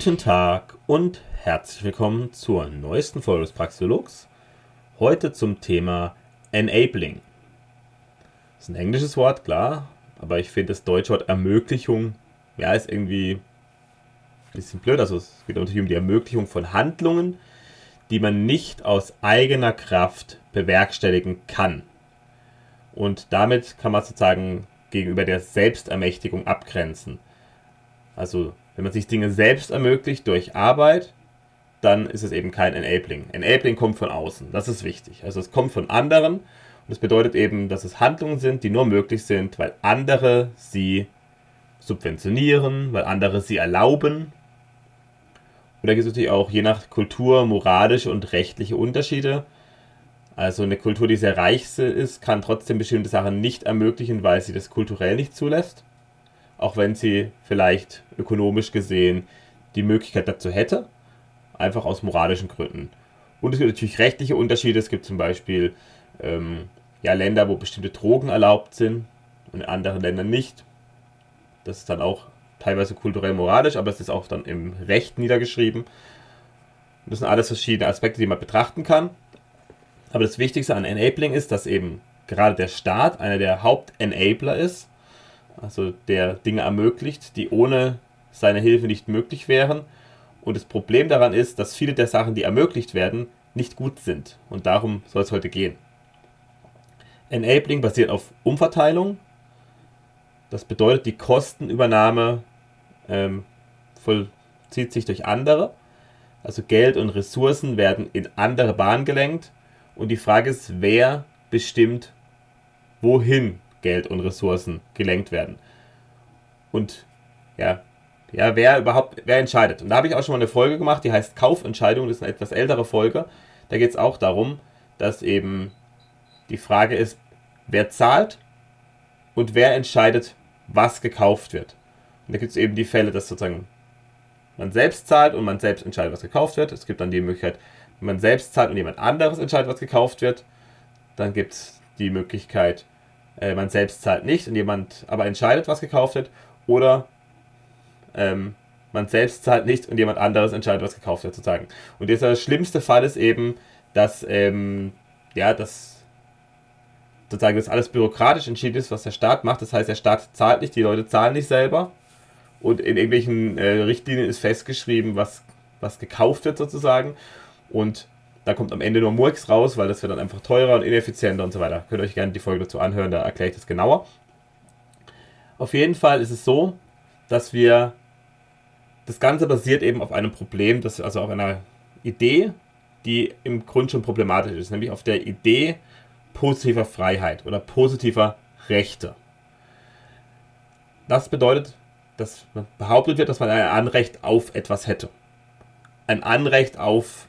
Guten Tag und herzlich willkommen zur neuesten Folge des Praxiologs. Heute zum Thema Enabling. Das ist ein englisches Wort, klar, aber ich finde das deutsche Wort Ermöglichung, ist irgendwie ein bisschen blöd. Also es geht natürlich um die Ermöglichung von Handlungen, die man nicht aus eigener Kraft bewerkstelligen kann. Und damit kann man sozusagen gegenüber der Selbstermächtigung abgrenzen. Also wenn man sich Dinge selbst ermöglicht durch Arbeit, dann ist es eben kein Enabling. Enabling kommt von außen, das ist wichtig. Also es kommt von anderen und das bedeutet eben, dass es Handlungen sind, die nur möglich sind, weil andere sie subventionieren, weil andere sie erlauben. Und da gibt es natürlich auch je nach Kultur moralische und rechtliche Unterschiede. Also eine Kultur, die sehr reich ist, kann trotzdem bestimmte Sachen nicht ermöglichen, weil sie das kulturell nicht zulässt. Auch wenn sie vielleicht ökonomisch gesehen die Möglichkeit dazu hätte, einfach aus moralischen Gründen. Und es gibt natürlich rechtliche Unterschiede. Es gibt zum Beispiel Länder, wo bestimmte Drogen erlaubt sind und in anderen Ländern nicht. Das ist dann auch teilweise kulturell moralisch, aber es ist auch dann im Recht niedergeschrieben. Und das sind alles verschiedene Aspekte, die man betrachten kann. Aber das Wichtigste an Enabling ist, dass eben gerade der Staat einer der Haupt-Enabler ist, also der Dinge ermöglicht, die ohne seine Hilfe nicht möglich wären. Und das Problem daran ist, dass viele der Sachen, die ermöglicht werden, nicht gut sind. Und darum soll es heute gehen. Enabling basiert auf Umverteilung. Das bedeutet, die Kostenübernahme vollzieht sich durch andere. Also Geld und Ressourcen werden in andere Bahnen gelenkt. Und die Frage ist, wer bestimmt, wohin Geld und Ressourcen gelenkt werden. Und wer entscheidet. Und da habe ich auch schon mal eine Folge gemacht, die heißt Kaufentscheidung, das ist eine etwas ältere Folge. Da geht es auch darum, dass eben die Frage ist, wer zahlt und wer entscheidet, was gekauft wird. Und da gibt es eben die Fälle, dass sozusagen man selbst zahlt und man selbst entscheidet, was gekauft wird. Es gibt dann die Möglichkeit, wenn man selbst zahlt und jemand anderes entscheidet, was gekauft wird. Dann gibt es die Möglichkeit, man selbst zahlt nicht und jemand aber entscheidet, was gekauft wird. Oder man selbst zahlt nicht und jemand anderes entscheidet, was gekauft wird, sozusagen. Und dieser schlimmste Fall ist eben, dass das alles bürokratisch entschieden ist, was der Staat macht. Das heißt, der Staat zahlt nicht, die Leute zahlen nicht selber. Und in irgendwelchen Richtlinien ist festgeschrieben, was gekauft wird, sozusagen. Und da kommt am Ende nur Murks raus, weil das wird dann einfach teurer und ineffizienter und so weiter. Könnt ihr euch gerne die Folge dazu anhören, da erkläre ich das genauer. Auf jeden Fall ist es so, dass das Ganze basiert eben auf einem Problem, also auf einer Idee, die im Grunde schon problematisch ist, nämlich auf der Idee positiver Freiheit oder positiver Rechte. Das bedeutet, dass behauptet wird, dass man ein Anrecht auf etwas hätte. Ein Anrecht auf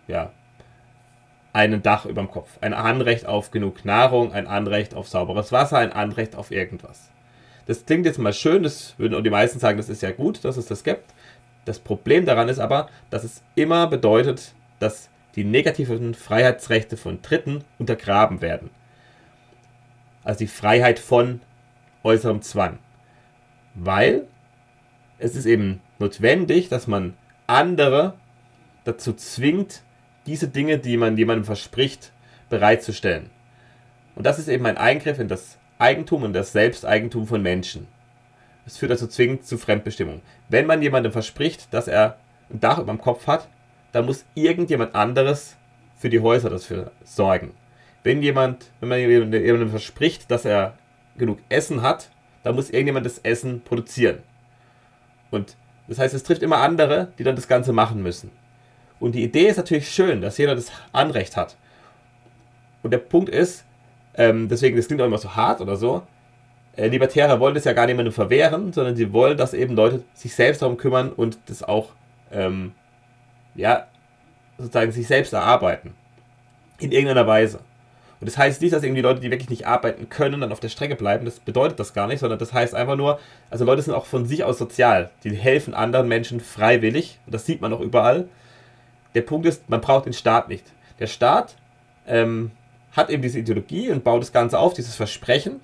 ein Dach über dem Kopf, ein Anrecht auf genug Nahrung, ein Anrecht auf sauberes Wasser, ein Anrecht auf irgendwas. Das klingt jetzt mal schön, das würden auch die meisten sagen, das ist ja gut, dass es das gibt. Das Problem daran ist aber, dass es immer bedeutet, dass die negativen Freiheitsrechte von Dritten untergraben werden. Also die Freiheit von äußerem Zwang. Weil es ist eben notwendig, dass man andere dazu zwingt, diese Dinge, die man jemandem verspricht, bereitzustellen. Und das ist eben ein Eingriff in das Eigentum und das Selbsteigentum von Menschen. Es führt also zwingend zu Fremdbestimmung. Wenn man jemandem verspricht, dass er ein Dach über dem Kopf hat, dann muss irgendjemand anderes für die Häuser dafür sorgen. Wenn man jemandem verspricht, dass er genug Essen hat, dann muss irgendjemand das Essen produzieren. Und das heißt, es trifft immer andere, die dann das Ganze machen müssen. Und die Idee ist natürlich schön, dass jeder das Anrecht hat. Und der Punkt ist, deswegen, das klingt auch immer so hart oder so, Libertäre wollen das ja gar niemandem verwehren, sondern sie wollen, dass eben Leute sich selbst darum kümmern und das auch, sozusagen sich selbst erarbeiten. In irgendeiner Weise. Und das heißt nicht, dass irgendwie Leute, die wirklich nicht arbeiten können, dann auf der Strecke bleiben. Das bedeutet das gar nicht, sondern das heißt einfach nur, also Leute sind auch von sich aus sozial. Die helfen anderen Menschen freiwillig. Und das sieht man auch überall. Der Punkt ist, man braucht den Staat nicht. Der Staat hat eben diese Ideologie und baut das Ganze auf, dieses Versprechen.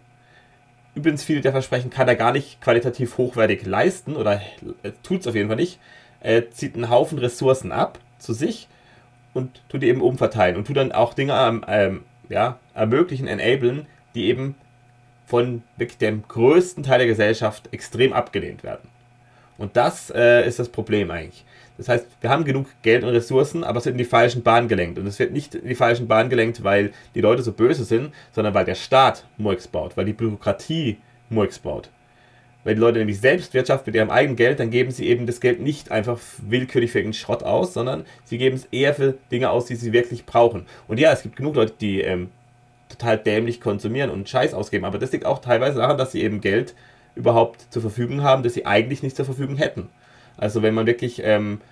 Übrigens, viele der Versprechen kann er gar nicht qualitativ hochwertig leisten oder tut es auf jeden Fall nicht, zieht einen Haufen Ressourcen ab zu sich und tut die eben umverteilen und tut dann auch Dinge ermöglichen, enablen, die eben von wirklich dem größten Teil der Gesellschaft extrem abgelehnt werden. Und das ist das Problem eigentlich. Das heißt, wir haben genug Geld und Ressourcen, aber es wird in die falschen Bahnen gelenkt. Und es wird nicht in die falschen Bahnen gelenkt, weil die Leute so böse sind, sondern weil der Staat Murks baut, weil die Bürokratie Murks baut. Wenn die Leute nämlich selbst wirtschaften mit ihrem eigenen Geld, dann geben sie eben das Geld nicht einfach willkürlich für irgendeinen Schrott aus, sondern sie geben es eher für Dinge aus, die sie wirklich brauchen. Und ja, es gibt genug Leute, die total dämlich konsumieren und Scheiß ausgeben, aber das liegt auch teilweise daran, dass sie eben Geld überhaupt zur Verfügung haben, das sie eigentlich nicht zur Verfügung hätten. Also wenn man wirklich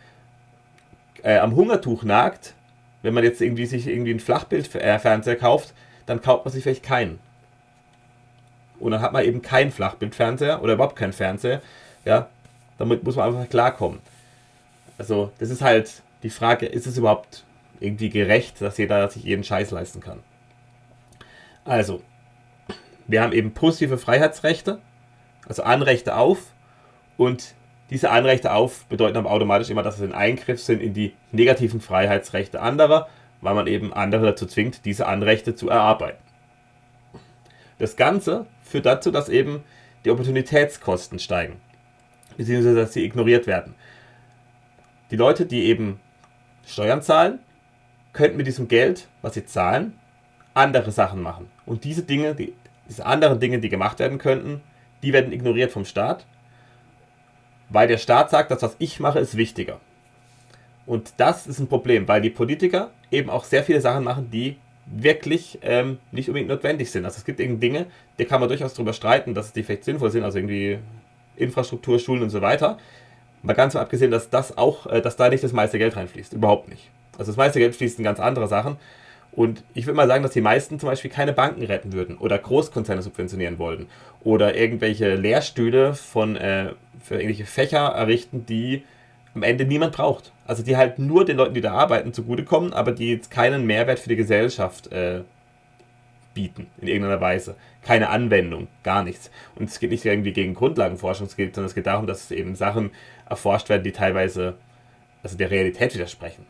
am Hungertuch nagt, wenn man jetzt sich einen Flachbildfernseher kauft, dann kauft man sich vielleicht keinen. Und dann hat man eben keinen Flachbildfernseher oder überhaupt keinen Fernseher. Ja, damit muss man einfach klarkommen. Also das ist halt die Frage, ist es überhaupt irgendwie gerecht, dass jeder sich jeden Scheiß leisten kann? Also, wir haben eben positive Freiheitsrechte, also Anrechte auf, und diese Anrechte auf bedeuten aber automatisch immer, dass es ein Eingriff sind in die negativen Freiheitsrechte anderer, weil man eben andere dazu zwingt, diese Anrechte zu erarbeiten. Das Ganze führt dazu, dass eben die Opportunitätskosten steigen, beziehungsweise dass sie ignoriert werden. Die Leute, die eben Steuern zahlen, könnten mit diesem Geld, was sie zahlen, andere Sachen machen. Und diese anderen Dinge, die gemacht werden könnten, die werden ignoriert vom Staat, weil der Staat sagt, das, was ich mache, ist wichtiger. Und das ist ein Problem, weil die Politiker eben auch sehr viele Sachen machen, die wirklich nicht unbedingt notwendig sind. Also es gibt eben Dinge, da kann man durchaus drüber streiten, dass die vielleicht sinnvoll sind, also irgendwie Infrastruktur, Schulen und so weiter. Mal ganz mal abgesehen, dass da nicht das meiste Geld reinfließt. Überhaupt nicht. Also das meiste Geld fließt in ganz andere Sachen. Und ich würde mal sagen, dass die meisten zum Beispiel keine Banken retten würden oder Großkonzerne subventionieren wollten oder irgendwelche Lehrstühle für irgendwelche Fächer errichten, die am Ende niemand braucht. Also die halt nur den Leuten, die da arbeiten, zugutekommen, aber die jetzt keinen Mehrwert für die Gesellschaft bieten, in irgendeiner Weise. Keine Anwendung, gar nichts. Und es geht nicht irgendwie gegen Grundlagenforschung, sondern es geht darum, dass eben Sachen erforscht werden, die teilweise der Realität widersprechen.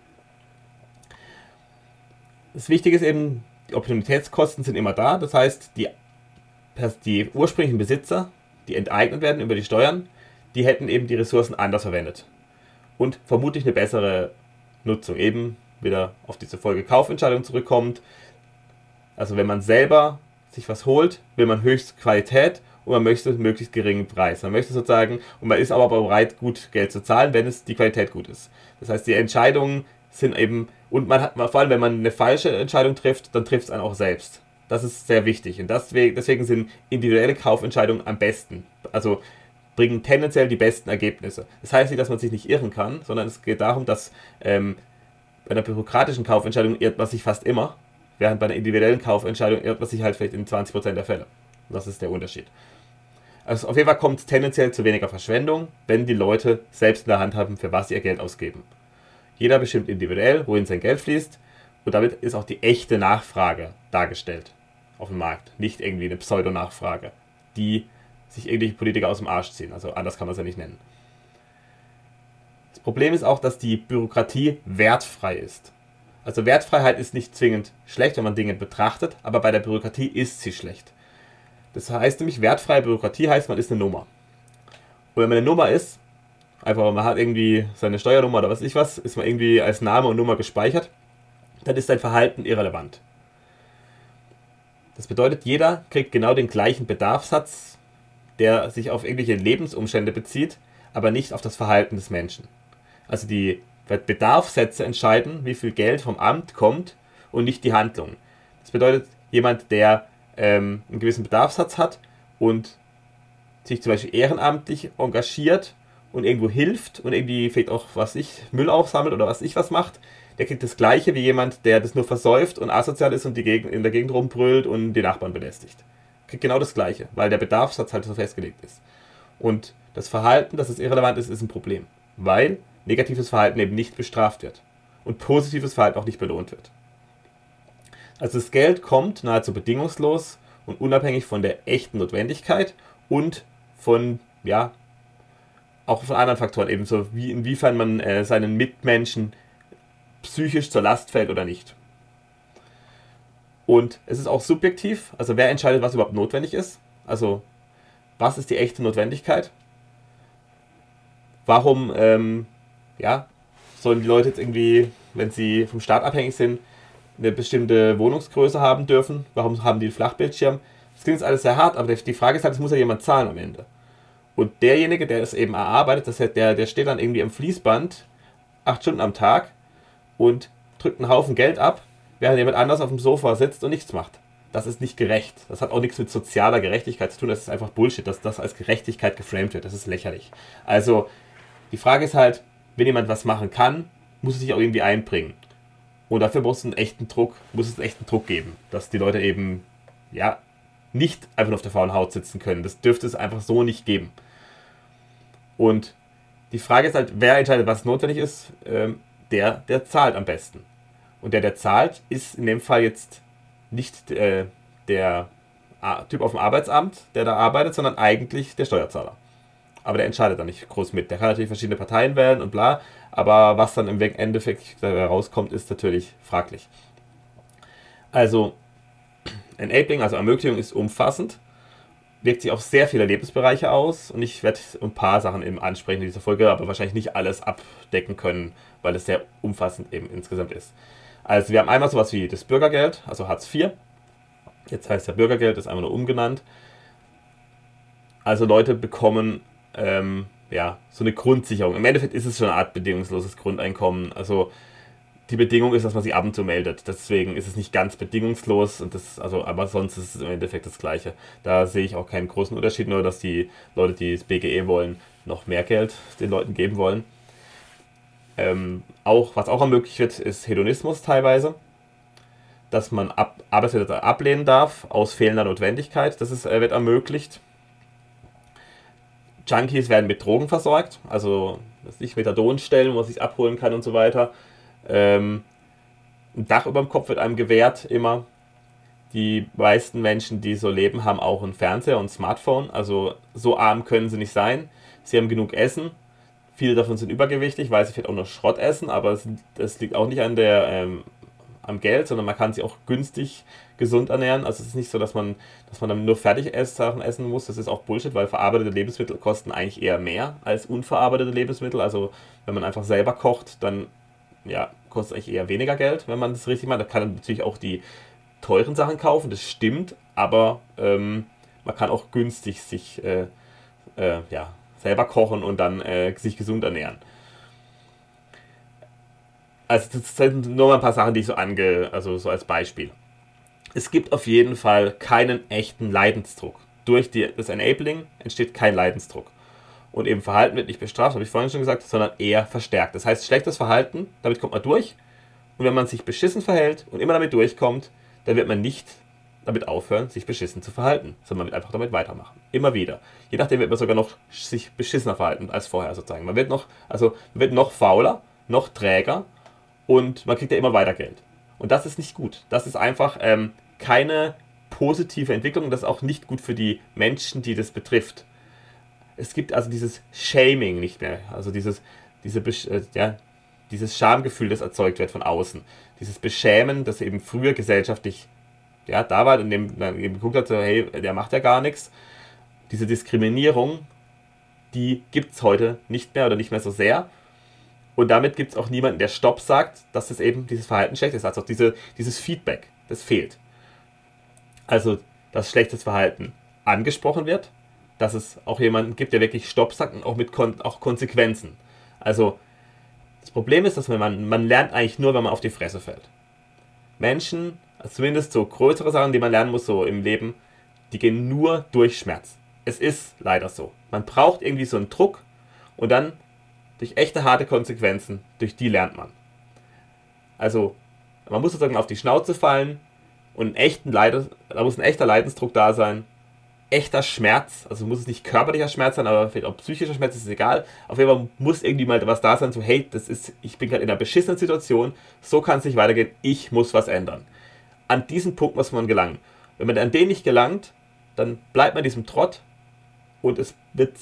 Das Wichtige ist eben, die Opportunitätskosten sind immer da, das heißt, die ursprünglichen Besitzer, die enteignet werden über die Steuern, die hätten eben die Ressourcen anders verwendet. Und vermutlich eine bessere Nutzung. Eben wieder auf diese Folge Kaufentscheidung zurückkommt. Also wenn man selber sich was holt, will man höchste Qualität und man möchte möglichst geringen Preis. Man möchte sozusagen, und man ist aber bereit, gut Geld zu zahlen, wenn es die Qualität gut ist. Das heißt, die Entscheidungen sind eben, und vor allem wenn man eine falsche Entscheidung trifft, dann trifft es einen auch selbst. Das ist sehr wichtig. Und deswegen sind individuelle Kaufentscheidungen am besten. Also bringen tendenziell die besten Ergebnisse. Das heißt nicht, dass man sich nicht irren kann, sondern es geht darum, dass bei einer bürokratischen Kaufentscheidung irrt man sich fast immer, während bei einer individuellen Kaufentscheidung irrt man sich halt vielleicht in 20% der Fälle. Das ist der Unterschied. Also auf jeden Fall kommt es tendenziell zu weniger Verschwendung, wenn die Leute selbst in der Hand haben, für was sie ihr Geld ausgeben. Jeder bestimmt individuell, wohin sein Geld fließt, und damit ist auch die echte Nachfrage dargestellt auf dem Markt. Nicht irgendwie eine Pseudonachfrage, die sich irgendwelche Politiker aus dem Arsch ziehen. Also anders kann man es ja nicht nennen. Das Problem ist auch, dass die Bürokratie wertfrei ist. Also Wertfreiheit ist nicht zwingend schlecht, wenn man Dinge betrachtet, aber bei der Bürokratie ist sie schlecht. Das heißt nämlich, wertfreie Bürokratie heißt, man ist eine Nummer. Und wenn man eine Nummer ist, einfach man hat irgendwie seine Steuernummer oder was ich was, ist man irgendwie als Name und Nummer gespeichert, dann ist dein Verhalten irrelevant. Das bedeutet, jeder kriegt genau den gleichen Bedarfssatz, der sich auf irgendwelche Lebensumstände bezieht, aber nicht auf das Verhalten des Menschen. Also die Bedarfssätze entscheiden, wie viel Geld vom Amt kommt und nicht die Handlung. Das bedeutet, jemand, der einen gewissen Bedarfssatz hat und sich zum Beispiel ehrenamtlich engagiert und irgendwo hilft und irgendwie vielleicht auch, Müll aufsammelt oder was macht, der kriegt das Gleiche wie jemand, der das nur versäuft und asozial ist und in der Gegend rumbrüllt und die Nachbarn belästigt. Kriegt genau das Gleiche, weil der Bedarfssatz halt so festgelegt ist. Und das Verhalten, dass es irrelevant ist, ist ein Problem, weil negatives Verhalten eben nicht bestraft wird und positives Verhalten auch nicht belohnt wird. Also das Geld kommt nahezu bedingungslos und unabhängig von der echten Notwendigkeit und von auch von anderen Faktoren, ebenso wie inwiefern man seinen Mitmenschen psychisch zur Last fällt oder nicht. Und es ist auch subjektiv, also wer entscheidet, was überhaupt notwendig ist? Also was ist die echte Notwendigkeit? Warum sollen die Leute jetzt irgendwie, wenn sie vom Staat abhängig sind, eine bestimmte Wohnungsgröße haben dürfen? Warum haben die einen Flachbildschirm? Das klingt jetzt alles sehr hart, aber die Frage ist halt, es muss ja jemand zahlen am Ende. Und derjenige, der es eben erarbeitet, der steht dann irgendwie am Fließband 8 Stunden am Tag und drückt einen Haufen Geld ab, während jemand anders auf dem Sofa sitzt und nichts macht. Das ist nicht gerecht. Das hat auch nichts mit sozialer Gerechtigkeit zu tun. Das ist einfach Bullshit, dass das als Gerechtigkeit geframed wird. Das ist lächerlich. Also, die Frage ist halt, wenn jemand was machen kann, muss es sich auch irgendwie einbringen. Und dafür muss es einen echten Druck geben, dass die Leute eben, nicht einfach nur auf der faulen Haut sitzen können. Das dürfte es einfach so nicht geben. Und die Frage ist halt, wer entscheidet, was notwendig ist? Der zahlt am besten. Und der zahlt, ist in dem Fall jetzt nicht der Typ auf dem Arbeitsamt, der da arbeitet, sondern eigentlich der Steuerzahler. Aber der entscheidet da nicht groß mit. Der kann natürlich verschiedene Parteien wählen und bla, aber was dann im Endeffekt dabei rauskommt, ist natürlich fraglich. Also, Enabling, also Ermöglichung, ist umfassend, wirkt sich auf sehr viele Lebensbereiche aus und ich werde ein paar Sachen eben ansprechen in dieser Folge, aber wahrscheinlich nicht alles abdecken können, weil es sehr umfassend eben insgesamt ist. Also wir haben einmal sowas wie das Bürgergeld, also Hartz IV. Jetzt heißt ja Bürgergeld, ist einmal nur umgenannt. Also Leute bekommen so eine Grundsicherung. Im Endeffekt ist es schon eine Art bedingungsloses Grundeinkommen. Also die Bedingung ist, dass man sich ab und zu meldet. Deswegen ist es nicht ganz bedingungslos, aber sonst ist es im Endeffekt das Gleiche. Da sehe ich auch keinen großen Unterschied, nur dass die Leute, die das BGE wollen, noch mehr Geld den Leuten geben wollen. Was auch ermöglicht wird, ist Hedonismus teilweise. Dass man Arbeitsplätze ablehnen darf aus fehlender Notwendigkeit. Wird ermöglicht. Junkies werden mit Drogen versorgt, also nicht Methadonstellen, wo man sich abholen kann und so weiter. Ein Dach über dem Kopf wird einem gewährt, immer. Die meisten Menschen, die so leben, haben auch einen Fernseher und ein Smartphone, also so arm können sie nicht sein. Sie haben genug Essen. Viele davon sind übergewichtig, weil sie vielleicht auch nur Schrott essen, aber das liegt auch nicht am Geld, sondern man kann sich auch günstig gesund ernähren. Also es ist nicht so, dass man dann nur Fertigsachen essen muss. Das ist auch Bullshit, weil verarbeitete Lebensmittel kosten eigentlich eher mehr als unverarbeitete Lebensmittel. Also wenn man einfach selber kocht, dann kostet es eigentlich eher weniger Geld, wenn man das richtig macht. Da kann man natürlich auch die teuren Sachen kaufen, das stimmt, aber man kann auch günstig sich selber kochen und dann sich gesund ernähren. Also das sind nur mal ein paar Sachen, die ich so als Beispiel. Es gibt auf jeden Fall keinen echten Leidensdruck. Durch das Enabling entsteht kein Leidensdruck. Und eben Verhalten wird nicht bestraft, habe ich vorhin schon gesagt, sondern eher verstärkt. Das heißt, schlechtes Verhalten, damit kommt man durch. Und wenn man sich beschissen verhält und immer damit durchkommt, dann wird man nicht damit aufhören, sich beschissen zu verhalten, sondern man wird einfach damit weitermachen. Immer wieder. Je nachdem wird man sogar noch sich beschissener verhalten als vorher sozusagen. Man wird noch fauler, noch träger und man kriegt ja immer weiter Geld. Und das ist nicht gut. Das ist einfach keine positive Entwicklung. Das ist auch nicht gut für die Menschen, die das betrifft. Es gibt also dieses Shaming nicht mehr. Also dieses Schamgefühl, das erzeugt wird von außen. Dieses Beschämen, das eben früher gesellschaftlich da war, in dem man eben geguckt hat, so, hey, der macht ja gar nichts. Diese Diskriminierung, die gibt es heute nicht mehr oder nicht mehr so sehr. Und damit gibt es auch niemanden, der Stopp sagt, dass das eben dieses Verhalten schlecht ist. Also dieses Feedback, das fehlt. Also, dass schlechtes Verhalten angesprochen wird, dass es auch jemanden gibt, der wirklich Stopp sagt und auch mit auch Konsequenzen. Also, das Problem ist, dass man lernt eigentlich nur, wenn man auf die Fresse fällt. Menschen, also zumindest so größere Sachen, die man lernen muss so im Leben, die gehen nur durch Schmerz. Es ist leider so. Man braucht irgendwie so einen Druck und dann durch echte harte Konsequenzen, durch die lernt man. Also, man muss sozusagen auf die Schnauze fallen und da muss ein echter Leidensdruck da sein. Echter Schmerz, also muss es nicht körperlicher Schmerz sein, aber vielleicht auch psychischer Schmerz, ist egal. Auf jeden Fall muss irgendwie mal was da sein, so hey, ich bin gerade in einer beschissenen Situation, so kann es nicht weitergehen, ich muss was ändern. An diesen Punkt muss man gelangen. Wenn man an den nicht gelangt, dann bleibt man in diesem Trott und es wird sich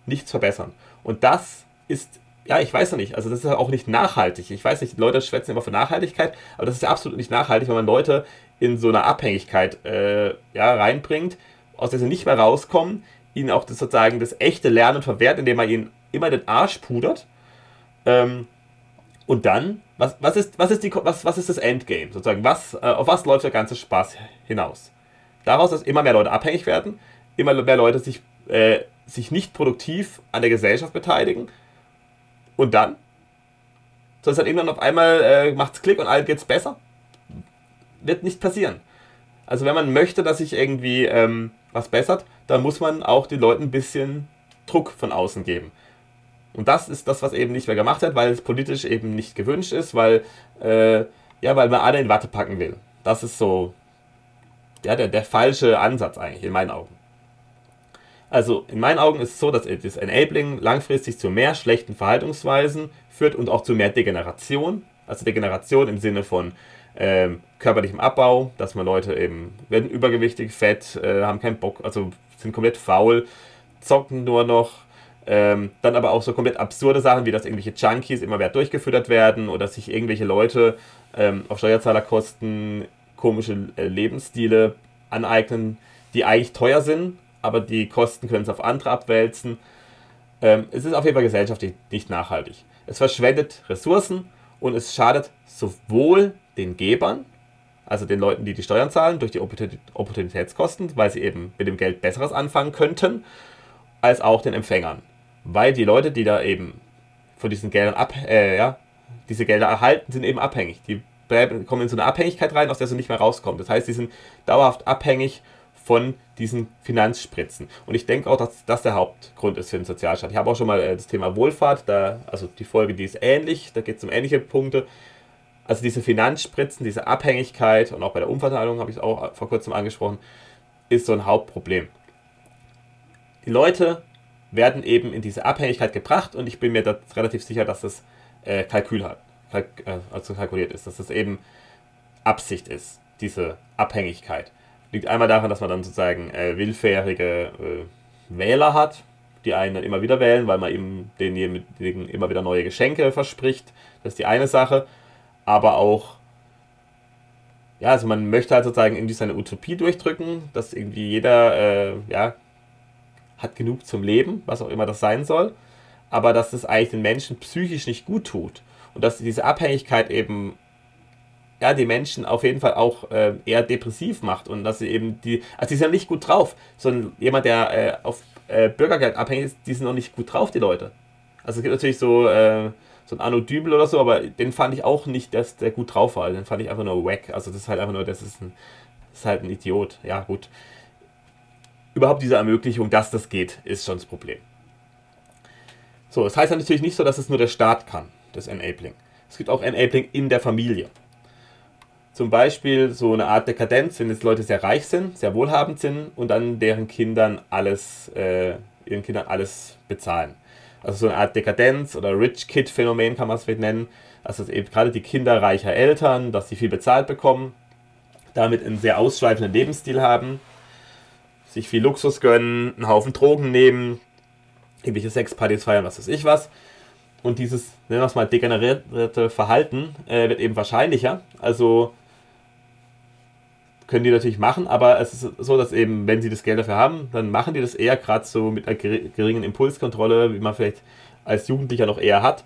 nichts verbessern. Und das ist, ja, ich weiß noch nicht, also das ist ja auch nicht nachhaltig. Ich weiß nicht, Leute schwätzen immer von Nachhaltigkeit, aber das ist ja absolut nicht nachhaltig, wenn man Leute in so eine Abhängigkeit reinbringt, aus der sie nicht mehr rauskommen, ihnen auch sozusagen das echte Lernen verwehrt, indem man ihnen immer den Arsch pudert. Und dann, was ist das Endgame? Sozusagen, auf was läuft der ganze Spaß hinaus? Daraus, dass immer mehr Leute abhängig werden, immer mehr Leute sich nicht produktiv an der Gesellschaft beteiligen. Und dann? Soll es dann irgendwann auf einmal macht's Klick und allen geht's besser? Wird nicht passieren. Also wenn man möchte, dass sich irgendwie was bessert, dann muss man auch den Leuten ein bisschen Druck von außen geben. Und das ist das, was eben nicht mehr gemacht wird, weil es politisch eben nicht gewünscht ist, weil man alle in Watte packen will. Das ist so der falsche Ansatz eigentlich, in meinen Augen. Also in meinen Augen ist es so, dass das Enabling langfristig zu mehr schlechten Verhaltensweisen führt und auch zu mehr Degeneration. Also Degeneration im Sinne von körperlichem Abbau, dass man Leute eben werden übergewichtig, fett, haben keinen Bock, also sind komplett faul, zocken nur noch. Dann aber auch so komplett absurde Sachen, wie dass irgendwelche Junkies immer mehr durchgefüttert werden oder sich irgendwelche Leute auf Steuerzahlerkosten komische Lebensstile aneignen, die eigentlich teuer sind, aber die Kosten können es auf andere abwälzen. Es ist auf jeden Fall gesellschaftlich nicht nachhaltig. Es verschwendet Ressourcen und es schadet sowohl den Gebern, also den Leuten, die die Steuern zahlen, durch die Opportunitätskosten, weil sie eben mit dem Geld Besseres anfangen könnten, als auch den Empfängern. Weil die Leute, die da eben von diesen Geldern diese Gelder erhalten, sind eben abhängig. Die kommen in so eine Abhängigkeit rein, aus der sie nicht mehr rauskommen. Das heißt, sie sind dauerhaft abhängig von diesen Finanzspritzen. Und ich denke auch, dass das der Hauptgrund ist für den Sozialstaat. Ich habe auch schon mal das Thema Wohlfahrt, also die Folge, die ist ähnlich, da geht es um ähnliche Punkte. Also diese Finanzspritzen, diese Abhängigkeit und auch bei der Umverteilung, habe ich es auch vor kurzem angesprochen, ist so ein Hauptproblem. Die Leute werden eben in diese Abhängigkeit gebracht und ich bin mir da relativ sicher, dass das kalkuliert ist, dass das eben Absicht ist, diese Abhängigkeit. Liegt einmal daran, dass man dann sozusagen willfährige Wähler hat, die einen dann immer wieder wählen, weil man eben denjenigen immer wieder neue Geschenke verspricht. Das ist die eine Sache. Aber auch, ja, also man möchte halt sozusagen irgendwie seine Utopie durchdrücken, dass irgendwie jeder, hat genug zum Leben, was auch immer das sein soll. Aber dass das eigentlich den Menschen psychisch nicht gut tut. Und dass diese Abhängigkeit eben die Menschen auf jeden Fall auch eher depressiv macht und dass sie eben die sind ja nicht gut drauf, sondern jemand, der auf Bürgergeld abhängig ist, die sind noch nicht gut drauf, die Leute. Also es gibt natürlich so ein Arno Dübel oder so, aber den fand ich auch nicht, dass der gut drauf war. Den fand ich einfach nur wack. Also das ist halt einfach nur, das ist halt ein Idiot. Ja, gut. Überhaupt diese Ermöglichung, dass das geht, ist schon das Problem. So, das heißt natürlich nicht so, dass es nur der Staat kann, das Enabling. Es gibt auch Enabling in der Familie. Zum Beispiel so eine Art Dekadenz, wenn jetzt Leute sehr reich sind, sehr wohlhabend sind und dann ihren Kindern alles bezahlen. Also so eine Art Dekadenz oder Rich Kid Phänomen kann man es vielleicht nennen. Also dass eben gerade die Kinder reicher Eltern, dass sie viel bezahlt bekommen, damit einen sehr ausschweifenden Lebensstil haben, sich viel Luxus gönnen, einen Haufen Drogen nehmen, irgendwelche Sexpartys feiern, was weiß ich was. Und dieses, nennen wir es mal, degenerierte Verhalten wird eben wahrscheinlicher. Also können die natürlich machen, aber es ist so, dass eben, wenn sie das Geld dafür haben, dann machen die das eher gerade so mit einer geringen Impulskontrolle, wie man vielleicht als Jugendlicher noch eher hat.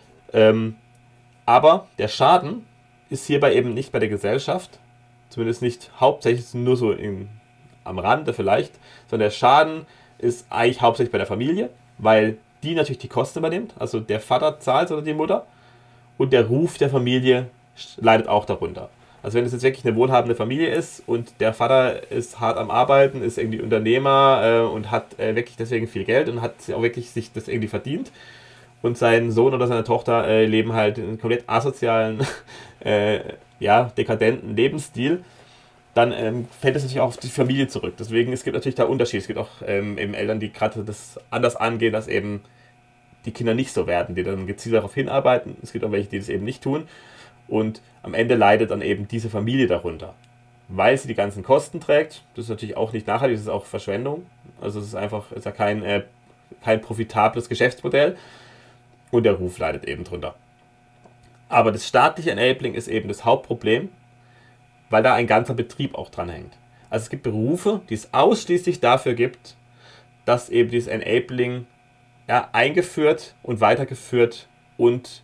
Aber der Schaden ist hierbei eben nicht bei der Gesellschaft, zumindest nicht hauptsächlich, nur so am Rande vielleicht, sondern der Schaden ist eigentlich hauptsächlich bei der Familie, weil die natürlich die Kosten übernimmt, also der Vater zahlt oder die Mutter und der Ruf der Familie leidet auch darunter. Also wenn es jetzt wirklich eine wohlhabende Familie ist und der Vater ist hart am Arbeiten, ist irgendwie Unternehmer und hat wirklich deswegen viel Geld und hat auch wirklich sich das irgendwie verdient und sein Sohn oder seine Tochter leben halt in einem komplett asozialen, dekadenten Lebensstil, dann fällt es natürlich auch auf die Familie zurück. Deswegen, es gibt natürlich da Unterschiede. Es gibt auch eben Eltern, die gerade das anders angehen, dass eben die Kinder nicht so werden, die dann gezielt darauf hinarbeiten. Es gibt auch welche, die das eben nicht tun. Und am Ende leidet dann eben diese Familie darunter, weil sie die ganzen Kosten trägt. Das ist natürlich auch nicht nachhaltig, das ist auch Verschwendung. Also es ist ja kein kein profitables Geschäftsmodell und der Ruf leidet eben drunter. Aber das staatliche Enabling ist eben das Hauptproblem, weil da ein ganzer Betrieb auch dran hängt. Also es gibt Berufe, die es ausschließlich dafür gibt, dass eben dieses Enabling eingeführt und weitergeführt und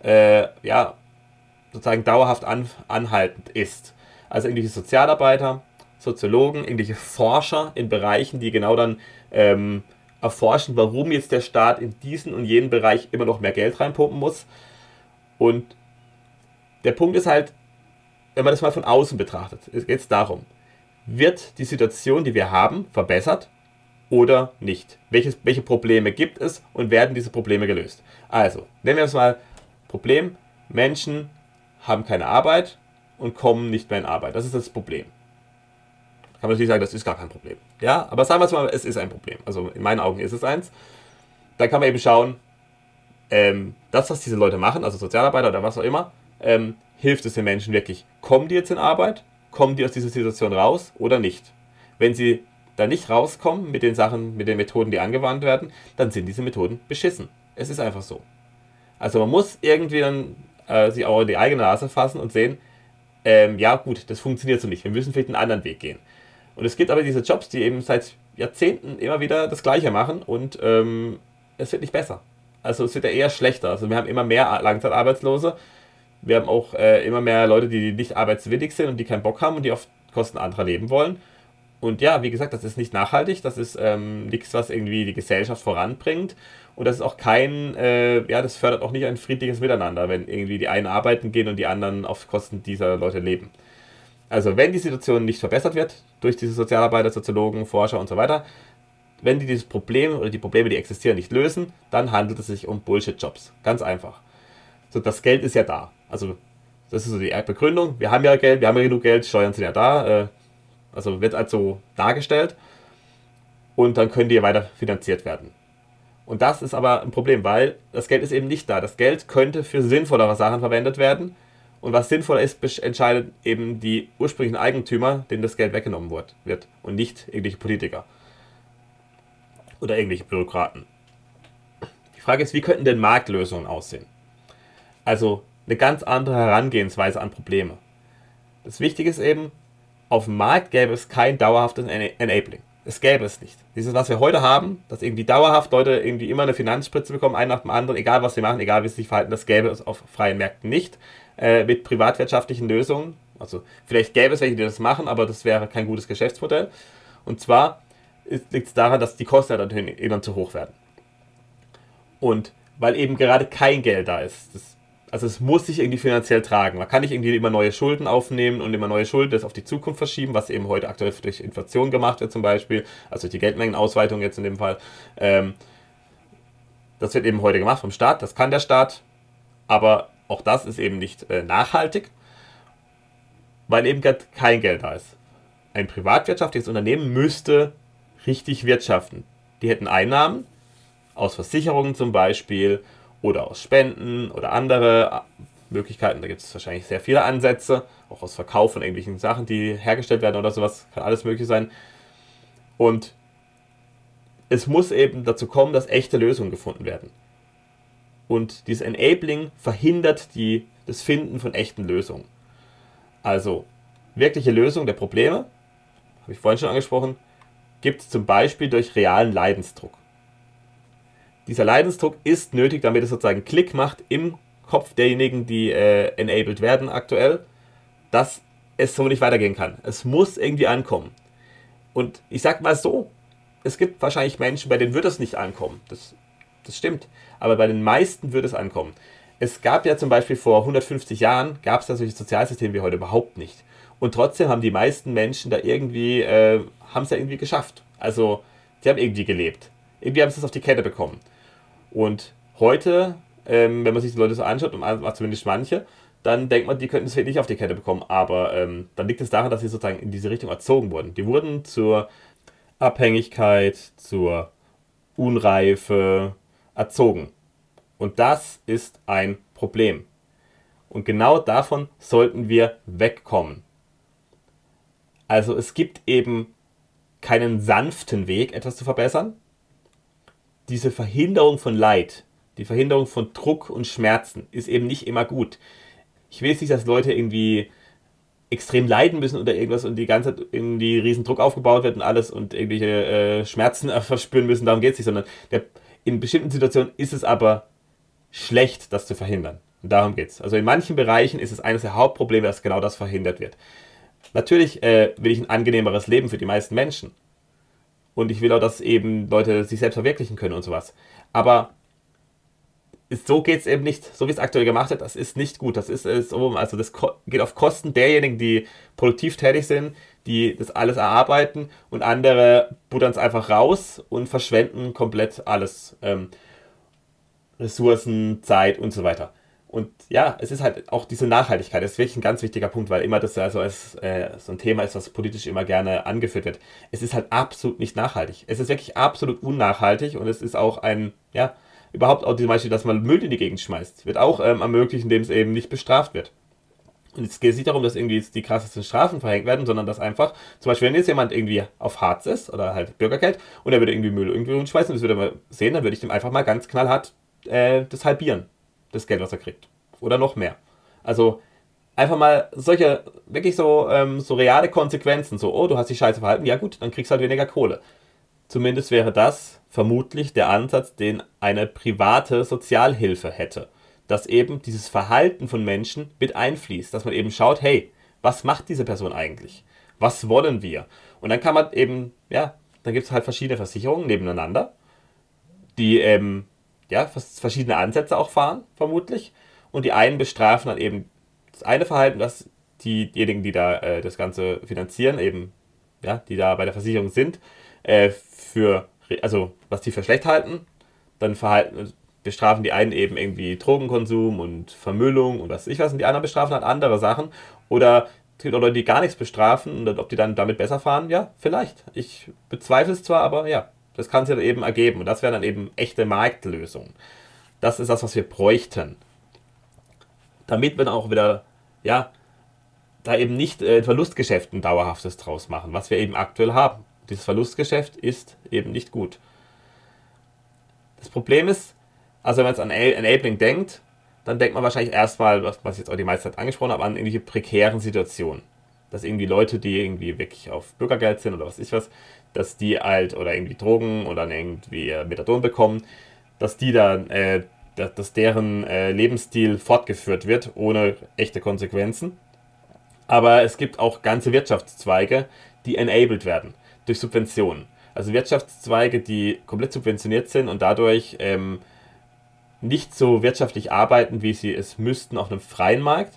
sozusagen dauerhaft anhaltend ist. Also irgendwelche Sozialarbeiter, Soziologen, irgendwelche Forscher in Bereichen, die genau dann erforschen, warum jetzt der Staat in diesen und jenen Bereich immer noch mehr Geld reinpumpen muss. Und der Punkt ist halt, wenn man das mal von außen betrachtet, geht es darum, wird die Situation, die wir haben, verbessert oder nicht? Welche Probleme gibt es und werden diese Probleme gelöst? Also, nehmen wir uns mal Problem, Menschen haben keine Arbeit und kommen nicht mehr in Arbeit. Das ist das Problem. Kann man natürlich sagen, das ist gar kein Problem. Ja, aber sagen wir es mal, es ist ein Problem. Also in meinen Augen ist es eins. Dann kann man eben schauen, das, was diese Leute machen, also Sozialarbeiter oder was auch immer, hilft es den Menschen wirklich? Kommen die jetzt in Arbeit? Kommen die aus dieser Situation raus oder nicht? Wenn sie da nicht rauskommen mit den Sachen, mit den Methoden, die angewandt werden, dann sind diese Methoden beschissen. Es ist einfach so. Also man muss irgendwie dann sich auch in die eigene Nase fassen und sehen, ja gut, das funktioniert so nicht. Wir müssen vielleicht einen anderen Weg gehen. Und es gibt aber diese Jobs, die eben seit Jahrzehnten immer wieder das Gleiche machen und es wird nicht besser. Also es wird ja eher schlechter. Also wir haben immer mehr Langzeitarbeitslose. Wir haben auch immer mehr Leute, die nicht arbeitswillig sind und die keinen Bock haben und die auf Kosten anderer leben wollen. Und ja, wie gesagt, das ist nicht nachhaltig. Das ist nichts, was irgendwie die Gesellschaft voranbringt. Und das ist auch das fördert auch nicht ein friedliches Miteinander, wenn irgendwie die einen arbeiten gehen und die anderen auf Kosten dieser Leute leben. Also wenn die Situation nicht verbessert wird, durch diese Sozialarbeiter, Soziologen, Forscher und so weiter, wenn die dieses Problem oder die Probleme, die existieren, nicht lösen, dann handelt es sich um Bullshit-Jobs. Ganz einfach. So, das Geld ist ja da. Also das ist so die Begründung. Wir haben ja Geld, wir haben ja genug Geld, Steuern sind ja da. Also wird also dargestellt und dann können die ja weiter finanziert werden. Und das ist aber ein Problem, weil das Geld ist eben nicht da. Das Geld könnte für sinnvollere Sachen verwendet werden. Und was sinnvoller ist, entscheidet eben die ursprünglichen Eigentümer, denen das Geld weggenommen wird. Und nicht irgendwelche Politiker. Oder irgendwelche Bürokraten. Die Frage ist, wie könnten denn Marktlösungen aussehen? Also eine ganz andere Herangehensweise an Probleme. Das Wichtige ist eben, auf dem Markt gäbe es kein dauerhaftes Enabling. Es gäbe es nicht. Dieses, was wir heute haben, dass irgendwie dauerhaft Leute irgendwie immer eine Finanzspritze bekommen, einen nach dem anderen, egal was sie machen, egal wie sie sich verhalten, das gäbe es auf freien Märkten nicht. Mit privatwirtschaftlichen Lösungen. Also vielleicht gäbe es welche, die das machen, aber das wäre kein gutes Geschäftsmodell. Und zwar liegt es daran, dass die Kosten dann zu hoch werden. Und weil eben gerade kein Geld da ist. Also es muss sich irgendwie finanziell tragen. Man kann nicht irgendwie immer neue Schulden aufnehmen und immer neue Schulden das auf die Zukunft verschieben, was eben heute aktuell durch Inflation gemacht wird zum Beispiel, also die Geldmengenausweitung jetzt in dem Fall. Das wird eben heute gemacht vom Staat, das kann der Staat, aber auch das ist eben nicht nachhaltig, weil eben kein Geld da ist. Ein privatwirtschaftliches Unternehmen müsste richtig wirtschaften. Die hätten Einnahmen aus Versicherungen zum Beispiel oder aus Spenden oder andere Möglichkeiten. Da gibt es wahrscheinlich sehr viele Ansätze, auch aus Verkauf von irgendwelchen Sachen, die hergestellt werden oder sowas. Kann alles möglich sein. Und es muss eben dazu kommen, dass echte Lösungen gefunden werden. Und dieses Enabling verhindert das Finden von echten Lösungen. Also wirkliche Lösungen der Probleme, habe ich vorhin schon angesprochen, gibt es zum Beispiel durch realen Leidensdruck. Dieser Leidensdruck ist nötig, damit es sozusagen Klick macht im Kopf derjenigen, die enabled werden aktuell, dass es so nicht weitergehen kann. Es muss irgendwie ankommen. Und ich sag mal so, es gibt wahrscheinlich Menschen, bei denen wird es nicht ankommen. Das stimmt. Aber bei den meisten wird es ankommen. Es gab ja zum Beispiel vor 150 Jahren, gab es da solche Sozialsysteme wie heute überhaupt nicht. Und trotzdem haben die meisten Menschen da irgendwie, haben es ja irgendwie geschafft. Also, die haben irgendwie gelebt. Irgendwie haben sie es auf die Kette bekommen. Und heute, wenn man sich die Leute so anschaut, und zumindest manche, dann denkt man, die könnten es nicht auf die Kette bekommen. Aber dann liegt es daran, dass sie sozusagen in diese Richtung erzogen wurden. Die wurden zur Abhängigkeit, zur Unreife erzogen. Und das ist ein Problem. Und genau davon sollten wir wegkommen. Also es gibt eben keinen sanften Weg, etwas zu verbessern. diese Verhinderung von Leid, die Verhinderung von Druck und Schmerzen ist eben nicht immer gut. Ich will jetzt nicht, dass Leute irgendwie extrem leiden müssen oder irgendwas und die ganze Zeit irgendwie riesen Druck aufgebaut wird und alles und irgendwelche Schmerzen verspüren müssen, darum geht es nicht, sondern in bestimmten Situationen ist es aber schlecht, das zu verhindern. Und darum geht es. Also in manchen Bereichen ist es eines der Hauptprobleme, dass genau das verhindert wird. Natürlich will ich ein angenehmeres Leben für die meisten Menschen. Und ich will auch, dass eben Leute sich selbst verwirklichen können und sowas. Aber so geht es eben nicht, so wie es aktuell gemacht wird, das ist nicht gut. Das ist so, also das geht auf Kosten derjenigen, die produktiv tätig sind, die das alles erarbeiten und andere buttern es einfach raus und verschwenden komplett alles. Ressourcen, Zeit und so weiter. Und ja, es ist halt auch diese Nachhaltigkeit, das ist wirklich ein ganz wichtiger Punkt, weil immer das also als so ein Thema ist, was politisch immer gerne angeführt wird. Es ist halt absolut nicht nachhaltig. Es ist wirklich absolut unnachhaltig und es ist auch ja, überhaupt auch zum Beispiel, dass man Müll in die Gegend schmeißt, wird auch ermöglicht, indem es eben nicht bestraft wird. Und es geht nicht darum, dass irgendwie die krassesten Strafen verhängt werden, sondern dass einfach, zum Beispiel, wenn jetzt jemand irgendwie auf Hartz ist oder halt Bürgergeld und er würde irgendwie Müll irgendwie umschmeißen, das würde man sehen, dann würde ich dem einfach mal ganz knallhart das halbieren, das Geld, was er kriegt. Oder noch mehr. Also einfach mal solche, wirklich so reale Konsequenzen. So, oh, du hast dich scheiße verhalten, ja gut, dann kriegst du halt weniger Kohle. Zumindest wäre das vermutlich der Ansatz, den eine private Sozialhilfe hätte. Dass eben dieses Verhalten von Menschen mit einfließt. Dass man eben schaut, hey, was macht diese Person eigentlich? Was wollen wir? Und dann kann man eben, ja, dann gibt es halt verschiedene Versicherungen nebeneinander, die ja, verschiedene Ansätze auch fahren, vermutlich. Und die einen bestrafen dann eben das eine Verhalten, dass diejenigen, die da das Ganze finanzieren, eben, ja, die da bei der Versicherung sind, also was die für schlecht halten, dann bestrafen die einen eben irgendwie Drogenkonsum und Vermüllung und was weiß ich was, und die anderen bestrafen halt andere Sachen. Oder es gibt auch Leute, die gar nichts bestrafen und ob die dann damit besser fahren, ja, vielleicht. Ich bezweifle es zwar, aber ja, das kann sich dann eben ergeben. Und das wären dann eben echte Marktlösungen. Das ist das, was wir bräuchten. Damit wir dann auch wieder, ja, da eben nicht Verlustgeschäft ein dauerhaftes draus machen, was wir eben aktuell haben. Dieses Verlustgeschäft ist eben nicht gut. Das Problem ist, also wenn man jetzt an Enabling denkt, dann denkt man wahrscheinlich erstmal, was ich jetzt auch die meiste Zeit angesprochen habe, an irgendwelche prekären Situationen. Dass irgendwie Leute, die irgendwie wirklich auf Bürgergeld sind oder was ich was, dass die halt oder irgendwie Drogen oder dann irgendwie Methadon bekommen, dass die dann, dass deren Lebensstil fortgeführt wird, ohne echte Konsequenzen. Aber es gibt auch ganze Wirtschaftszweige, die enabled werden durch Subventionen. Also Wirtschaftszweige, die komplett subventioniert sind und dadurch nicht so wirtschaftlich arbeiten, wie sie es müssten auf einem freien Markt.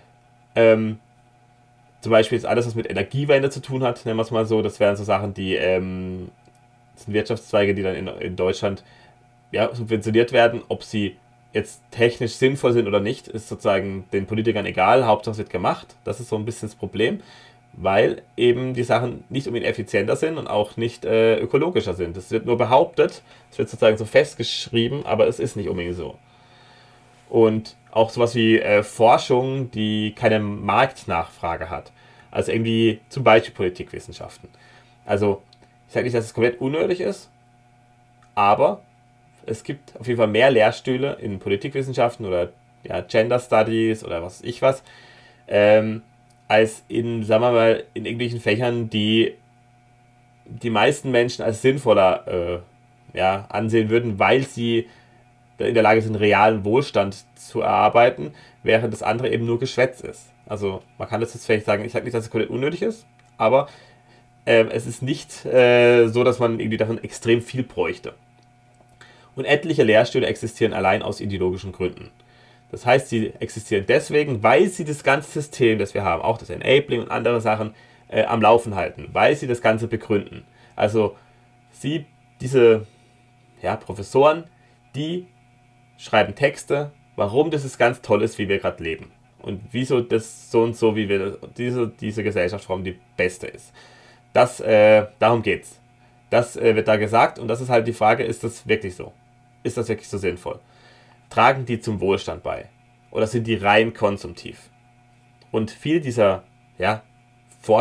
Zum Beispiel ist alles, was mit Energiewende zu tun hat, nennen wir es mal so, das wären so Sachen, die das sind Wirtschaftszweige, die dann in Deutschland ja, subventioniert werden. Ob sie jetzt technisch sinnvoll sind oder nicht, ist sozusagen den Politikern egal. Hauptsache es wird gemacht. Das ist so ein bisschen das Problem, weil eben die Sachen nicht unbedingt effizienter sind und auch nicht ökologischer sind. Das wird nur behauptet, es wird sozusagen so festgeschrieben, aber es ist nicht unbedingt so. Und auch sowas wie Forschung, die keine Marktnachfrage hat. Also irgendwie zum Beispiel Politikwissenschaften. Also ich sage nicht, dass es komplett unnötig ist, aber es gibt auf jeden Fall mehr Lehrstühle in Politikwissenschaften oder ja, Gender Studies oder was weiß ich was, als in, sagen wir mal, in irgendwelchen Fächern, die die meisten Menschen als sinnvoller ja, ansehen würden, weil sie in der Lage sind, realen Wohlstand zu erarbeiten, während das andere eben nur Geschwätz ist. Also man kann das jetzt vielleicht sagen, ich sage nicht, dass es komplett unnötig ist, aber es ist nicht so, dass man irgendwie davon extrem viel bräuchte. Und etliche Lehrstühle existieren allein aus ideologischen Gründen. Das heißt, sie existieren deswegen, weil sie das ganze System, das wir haben, auch das Enabling und andere Sachen, am Laufen halten, weil sie das Ganze begründen. Also diese ja, Professoren, die schreiben Texte, warum das ganz toll ist, wie wir gerade leben. Und wieso das so und so, wie wir diese Gesellschaftsform die beste ist. Darum geht's. Das wird da gesagt und das ist halt die Frage, ist das wirklich so? Ist das wirklich so sinnvoll? Tragen die zum Wohlstand bei? Oder sind die rein konsumtiv? Und viel dieser ja,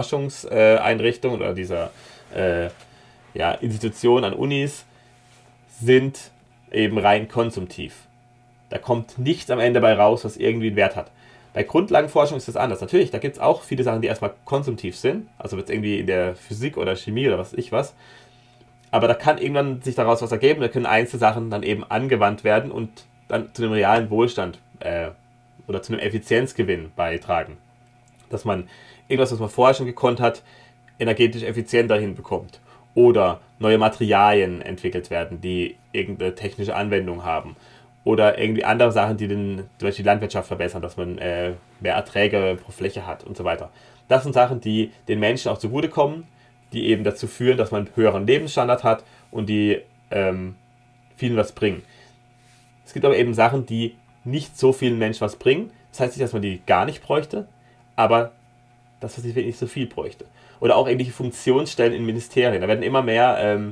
Forschungseinrichtungen oder dieser ja, Institutionen an Unis sind eben rein konsumtiv. Da kommt nichts am Ende bei raus, was irgendwie einen Wert hat. Bei Grundlagenforschung ist das anders. Natürlich, da gibt es auch viele Sachen, die erstmal konsumtiv sind. Also jetzt irgendwie in der Physik oder Chemie oder was weiß ich was. Aber da kann irgendwann sich daraus was ergeben. Da können einzelne Sachen dann eben angewandt werden und dann zu einem realen Wohlstand oder zu einem Effizienzgewinn beitragen. Dass man irgendwas, was man vorher schon gekonnt hat, energetisch effizienter hinbekommt. Oder neue Materialien entwickelt werden, die irgendeine technische Anwendung haben. Oder irgendwie andere Sachen, die zum Beispiel die Landwirtschaft verbessern, dass man mehr Erträge pro Fläche hat und so weiter. Das sind Sachen, die den Menschen auch zugutekommen, die eben dazu führen, dass man einen höheren Lebensstandard hat und die vielen was bringen. Es gibt aber eben Sachen, die nicht so vielen Menschen was bringen. Das heißt nicht, dass man die gar nicht bräuchte, aber dass man sie wirklich nicht so viel bräuchte. Oder auch ähnliche Funktionsstellen in Ministerien. Da werden immer mehr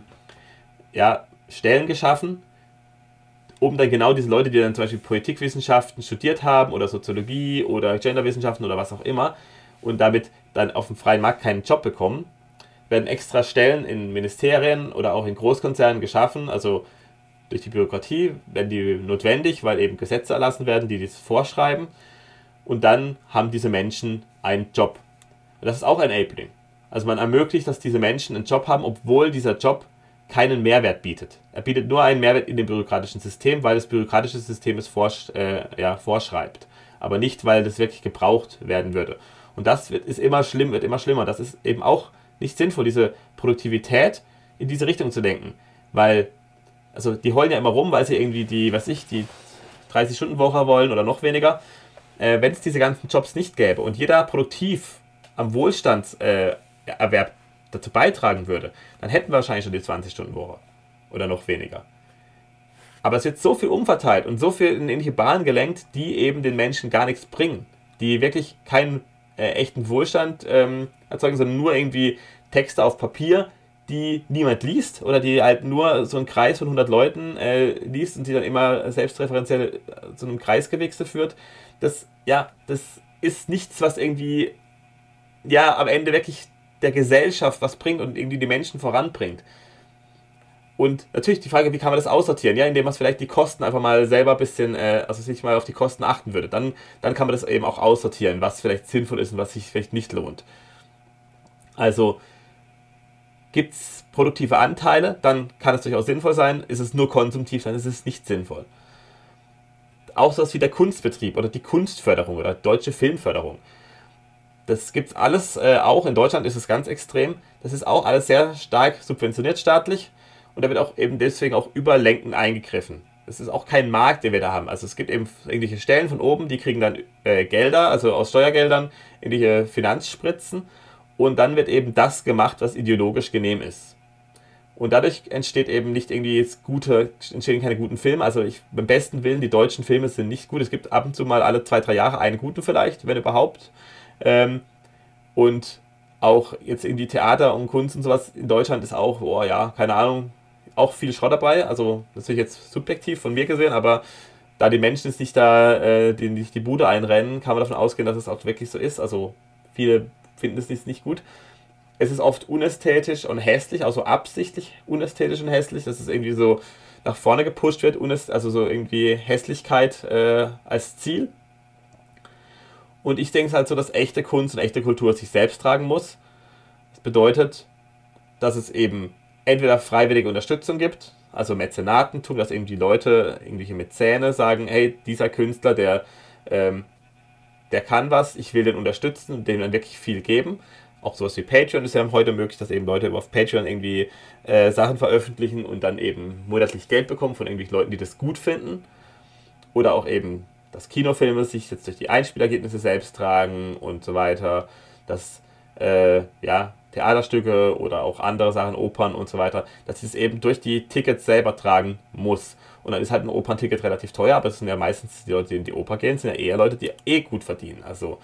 Stellen geschaffen, um dann genau diese Leute, die dann zum Beispiel Politikwissenschaften studiert haben oder Soziologie oder Genderwissenschaften oder was auch immer und damit dann auf dem freien Markt keinen Job bekommen, werden extra Stellen in Ministerien oder auch in Großkonzernen geschaffen. Also durch die Bürokratie werden die notwendig, weil eben Gesetze erlassen werden, die das vorschreiben. Und dann haben diese Menschen einen Job. Und das ist auch Enabling. Also man ermöglicht, dass diese Menschen einen Job haben, obwohl dieser Job keinen Mehrwert bietet. Er bietet nur einen Mehrwert in dem bürokratischen System, weil das bürokratische System es vorschreibt. Aber nicht, weil das wirklich gebraucht werden würde. Und das wird immer schlimmer. Das ist eben auch nicht sinnvoll, diese Produktivität in diese Richtung zu denken. Weil, also die heulen ja immer rum, weil sie irgendwie die 30-Stunden-Woche wollen oder noch weniger. Wenn es diese ganzen Jobs nicht gäbe und jeder produktiv am Wohlstandserwerb dazu beitragen würde, dann hätten wir wahrscheinlich schon die 20-Stunden-Woche oder noch weniger. Aber es wird so viel umverteilt und so viel in ähnliche Bahnen gelenkt, die eben den Menschen gar nichts bringen, die wirklich keinen echten Wohlstand erzeugen, sondern nur irgendwie Texte auf Papier, die niemand liest oder die halt nur so ein Kreis von 100 Leuten liest und die dann immer selbstreferenziell zu einem Kreisgewichse führt. Das ist nichts, was irgendwie am Ende wirklich der Gesellschaft was bringt und irgendwie die Menschen voranbringt. Und natürlich die Frage, wie kann man das aussortieren? Ja, indem man vielleicht die Kosten einfach mal selber ein bisschen, sich mal auf die Kosten achten würde. Dann kann man das eben auch aussortieren, was vielleicht sinnvoll ist und was sich vielleicht nicht lohnt. Also gibt es produktive Anteile, dann kann es durchaus sinnvoll sein. Ist es nur konsumtiv, dann ist es nicht sinnvoll. Auch sowas wie der Kunstbetrieb oder die Kunstförderung oder deutsche Filmförderung. Das gibt es alles, auch in Deutschland ist es ganz extrem. Das ist auch alles sehr stark subventioniert staatlich und da wird auch eben deswegen auch überlenkend eingegriffen. Das ist auch kein Markt, den wir da haben. Also es gibt eben irgendwelche Stellen von oben, die kriegen dann Gelder, also aus Steuergeldern, irgendwelche Finanzspritzen und dann wird eben das gemacht, was ideologisch genehm ist. Und dadurch entsteht eben nicht irgendwie entstehen keine guten Filme. Also beim besten Willen, die deutschen Filme sind nicht gut. Es gibt ab und zu mal alle 2-3 Jahre einen guten vielleicht, wenn überhaupt. Und auch jetzt irgendwie Theater und Kunst und sowas in Deutschland ist auch, keine Ahnung, auch viel Schrott dabei. Also natürlich jetzt subjektiv von mir gesehen, aber da die Menschen jetzt nicht die Bude einrennen, kann man davon ausgehen, dass es auch wirklich so ist. Also viele finden es nicht gut. Es ist oft unästhetisch und hässlich, also absichtlich unästhetisch und hässlich, dass es irgendwie so nach vorne gepusht wird, also so irgendwie Hässlichkeit als Ziel. Und ich denke es halt so, dass echte Kunst und echte Kultur sich selbst tragen muss. Das bedeutet, dass es eben entweder freiwillige Unterstützung gibt, also Mäzenatentum, dass irgendwie Leute, irgendwelche Mäzene sagen, hey, dieser Künstler, der kann was, ich will den unterstützen und dem dann wirklich viel geben. Auch sowas wie Patreon ist ja heute möglich, dass eben Leute auf Patreon irgendwie Sachen veröffentlichen und dann eben monatlich Geld bekommen von irgendwelchen Leuten, die das gut finden. Oder auch eben, dass Kinofilme sich jetzt durch die Einspielergebnisse selbst tragen und so weiter. Dass Theaterstücke oder auch andere Sachen, Opern und so weiter, dass sie es eben durch die Tickets selber tragen muss. Und dann ist halt ein Opernticket relativ teuer, aber es sind ja meistens die Leute, die in die Oper gehen, sind ja eher Leute, die gut verdienen. Also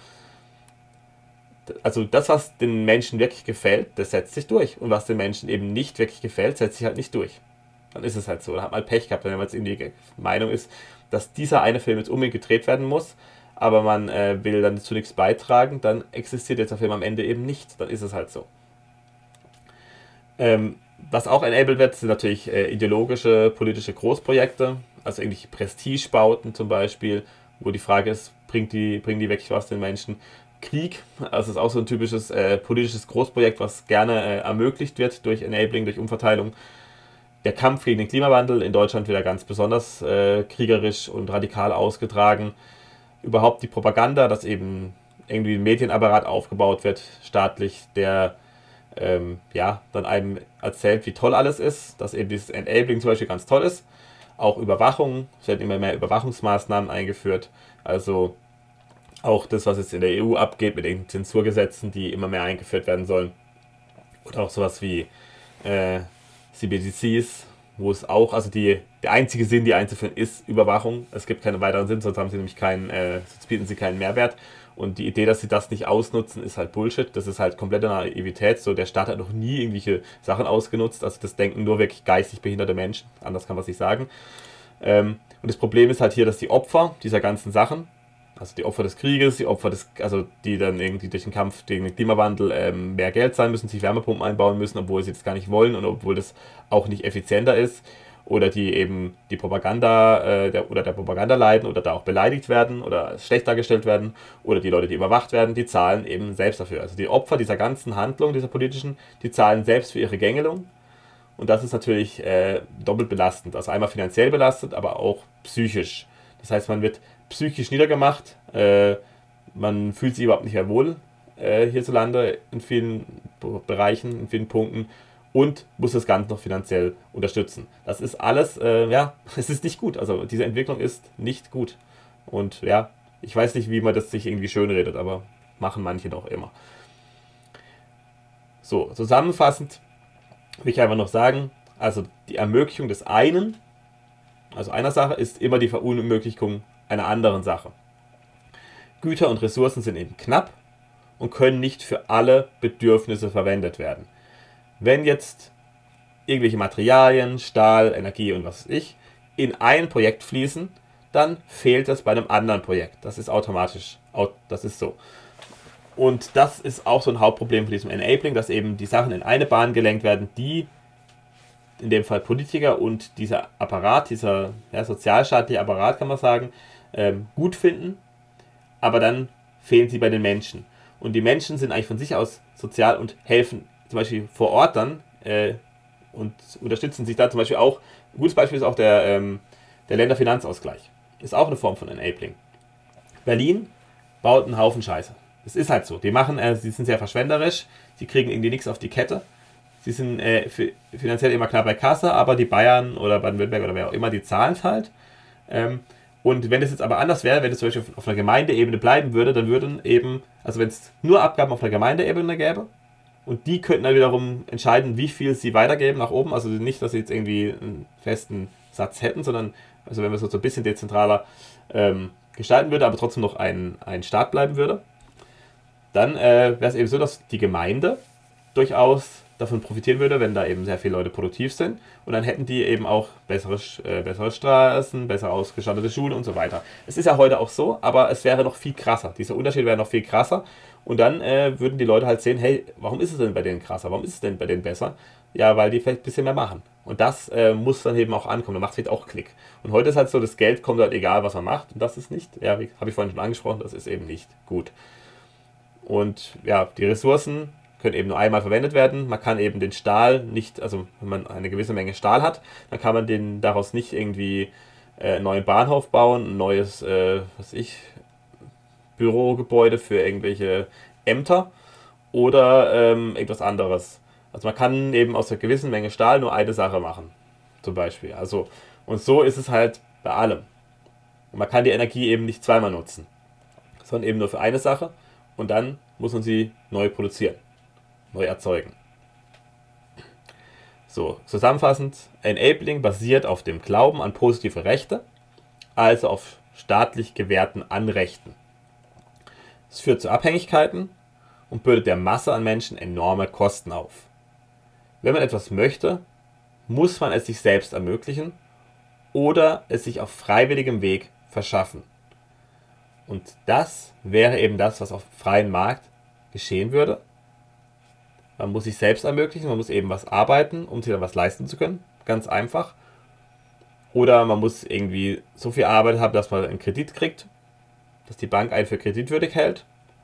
das, was den Menschen wirklich gefällt, das setzt sich durch. Und was den Menschen eben nicht wirklich gefällt, setzt sich halt nicht durch. Dann ist es halt so. Da hat man halt Pech gehabt, wenn man jetzt irgendwie die Meinung ist, dass dieser eine Film jetzt unbedingt gedreht werden muss, aber man will dann zu nichts beitragen, dann existiert jetzt der Film am Ende eben nicht. Dann ist es halt so. Was auch enabled wird, sind natürlich ideologische, politische Großprojekte, also irgendwelche Prestigebauten zum Beispiel, wo die Frage ist, bringen die wirklich was den Menschen? Krieg, also ist auch so ein typisches politisches Großprojekt, was gerne ermöglicht wird durch Enabling, durch Umverteilung. Der Kampf gegen den Klimawandel in Deutschland wieder ganz besonders kriegerisch und radikal ausgetragen. Überhaupt die Propaganda, dass eben irgendwie ein Medienapparat aufgebaut wird, staatlich, der dann einem erzählt, wie toll alles ist, dass eben dieses Enabling zum Beispiel ganz toll ist. Auch Überwachung, es werden immer mehr Überwachungsmaßnahmen eingeführt. Also auch das, was jetzt in der EU abgeht mit den Zensurgesetzen, die immer mehr eingeführt werden sollen. Oder auch sowas wie CBDCs, wo es auch, also der einzige Sinn, die einzuführen, ist Überwachung. Es gibt keinen weiteren Sinn, sonst haben sie nämlich sonst bieten sie keinen Mehrwert. Und die Idee, dass sie das nicht ausnutzen, ist halt Bullshit. Das ist halt komplette Naivität. So, der Staat hat noch nie irgendwelche Sachen ausgenutzt. Also das denken nur wirklich geistig behinderte Menschen. Anders kann man es nicht sagen. Und das Problem ist halt hier, dass die Opfer dieser ganzen Sachen, also die Opfer des Krieges, also die dann irgendwie durch den Kampf gegen den Klimawandel mehr Geld zahlen müssen, sich Wärmepumpen einbauen müssen, obwohl sie das gar nicht wollen und obwohl das auch nicht effizienter ist. Oder die eben die Propaganda der Propaganda leiden oder da auch beleidigt werden oder schlecht dargestellt werden. Oder die Leute, die überwacht werden, die zahlen eben selbst dafür. Also die Opfer dieser ganzen Handlung, dieser politischen, die zahlen selbst für ihre Gängelung. Und das ist natürlich doppelt belastend. Also einmal finanziell belastet, aber auch psychisch. Das heißt, man wird psychisch niedergemacht, man fühlt sich überhaupt nicht mehr wohl hierzulande in vielen Bereichen, in vielen Punkten und muss das Ganze noch finanziell unterstützen. Das ist alles, es ist nicht gut. Also diese Entwicklung ist nicht gut. Und ja, ich weiß nicht, wie man das sich irgendwie schönredet, aber machen manche doch immer. So, zusammenfassend will ich einfach noch sagen, also die Ermöglichung des einen, also einer Sache, ist immer die Verunmöglichung einer anderen Sache. Güter und Ressourcen sind eben knapp und können nicht für alle Bedürfnisse verwendet werden. Wenn jetzt irgendwelche Materialien, Stahl, Energie und was weiß ich, in ein Projekt fließen, dann fehlt es bei einem anderen Projekt. Das ist automatisch, das ist so. Und das ist auch so ein Hauptproblem von diesem Enabling, dass eben die Sachen in eine Bahn gelenkt werden, die in dem Fall Politiker und dieser Apparat, dieser sozialstaatliche Apparat, kann man sagen, gut finden, aber dann fehlen sie bei den Menschen. Und die Menschen sind eigentlich von sich aus sozial und helfen zum Beispiel vor Ort dann und unterstützen sich da zum Beispiel auch. Ein gutes Beispiel ist auch der Länderfinanzausgleich. Ist auch eine Form von Enabling. Berlin baut einen Haufen Scheiße. Es ist halt so. Sie sind sehr verschwenderisch, sie kriegen irgendwie nichts auf die Kette. Sie sind finanziell immer klar bei Kasse, aber die Bayern oder Baden-Württemberg oder wer auch immer, die zahlen es halt. Und wenn es jetzt aber anders wäre, wenn es zum Beispiel auf einer Gemeindeebene bleiben würde, dann würden eben, also wenn es nur Abgaben auf einer Gemeindeebene gäbe, und die könnten dann wiederum entscheiden, wie viel sie weitergeben nach oben. Also nicht, dass sie jetzt irgendwie einen festen Satz hätten, sondern also wenn man es so ein bisschen dezentraler gestalten würde, aber trotzdem noch ein Staat bleiben würde, dann wäre es eben so, dass die Gemeinde durchaus davon profitieren würde, wenn da eben sehr viele Leute produktiv sind. Und dann hätten die eben auch bessere Straßen, besser ausgestattete Schulen und so weiter. Es ist ja heute auch so, aber es wäre noch viel krasser. Dieser Unterschied wäre noch viel krasser. Und dann würden die Leute halt sehen, hey, warum ist es denn bei denen krasser? Warum ist es denn bei denen besser? Ja, weil die vielleicht ein bisschen mehr machen. Und das muss dann eben auch ankommen. Da macht es vielleicht auch Klick. Und heute ist halt so, das Geld kommt halt egal, was man macht. Und das ist nicht, ja, wie habe ich vorhin schon angesprochen, das ist eben nicht gut. Und ja, die Ressourcen können eben nur einmal verwendet werden. Man kann eben den Stahl nicht, also wenn man eine gewisse Menge Stahl hat, dann kann man daraus nicht irgendwie einen neuen Bahnhof bauen, ein neues, Bürogebäude für irgendwelche Ämter oder irgendwas anderes. Also man kann eben aus einer gewissen Menge Stahl nur eine Sache machen, zum Beispiel. Also, und so ist es halt bei allem. Und man kann die Energie eben nicht zweimal nutzen, sondern eben nur für eine Sache und dann muss man sie neu produzieren, neu erzeugen. So, zusammenfassend, Enabling basiert auf dem Glauben an positive Rechte, also auf staatlich gewährten Anrechten. Es führt zu Abhängigkeiten und bürdet der Masse an Menschen enorme Kosten auf. Wenn man etwas möchte, muss man es sich selbst ermöglichen oder es sich auf freiwilligem Weg verschaffen. Und das wäre eben das, was auf dem freien Markt geschehen würde. Man muss sich selbst ermöglichen, man muss eben was arbeiten, um sich dann was leisten zu können. Ganz einfach. Oder man muss irgendwie so viel Arbeit haben, dass man einen Kredit kriegt, dass die Bank einen für kreditwürdig hält.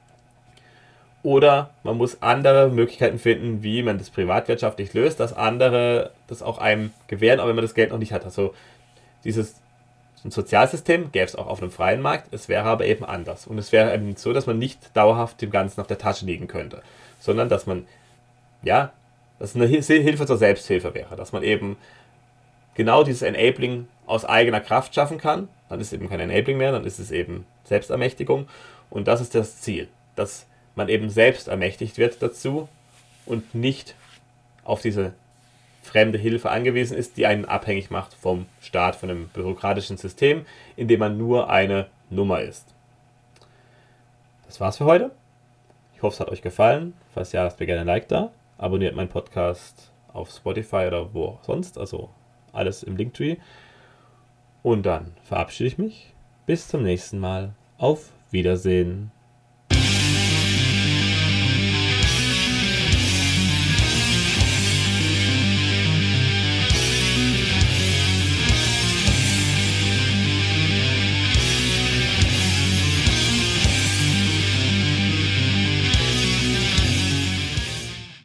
Oder man muss andere Möglichkeiten finden, wie man das privatwirtschaftlich löst, dass andere das auch einem gewähren, auch wenn man das Geld noch nicht hat. Also ein Sozialsystem gäbe es auch auf einem freien Markt, es wäre aber eben anders. Und es wäre eben so, dass man nicht dauerhaft dem Ganzen auf der Tasche liegen könnte, sondern dass man, ja, dass eine Hilfe zur Selbsthilfe wäre, dass man eben genau dieses Enabling aus eigener Kraft schaffen kann. Dann ist es eben kein Enabling mehr, dann ist es eben Selbstermächtigung. Und das ist das Ziel, dass man eben selbst ermächtigt wird dazu und nicht auf diese fremde Hilfe angewiesen ist, die einen abhängig macht vom Staat, von einem bürokratischen System, in dem man nur eine Nummer ist. Das war's für heute. Ich hoffe, es hat euch gefallen. Falls ja, lasst mir gerne ein Like da. Abonniert meinen Podcast auf Spotify oder wo auch sonst, also alles im Linktree. Und dann verabschiede ich mich. Bis zum nächsten Mal. Auf Wiedersehen.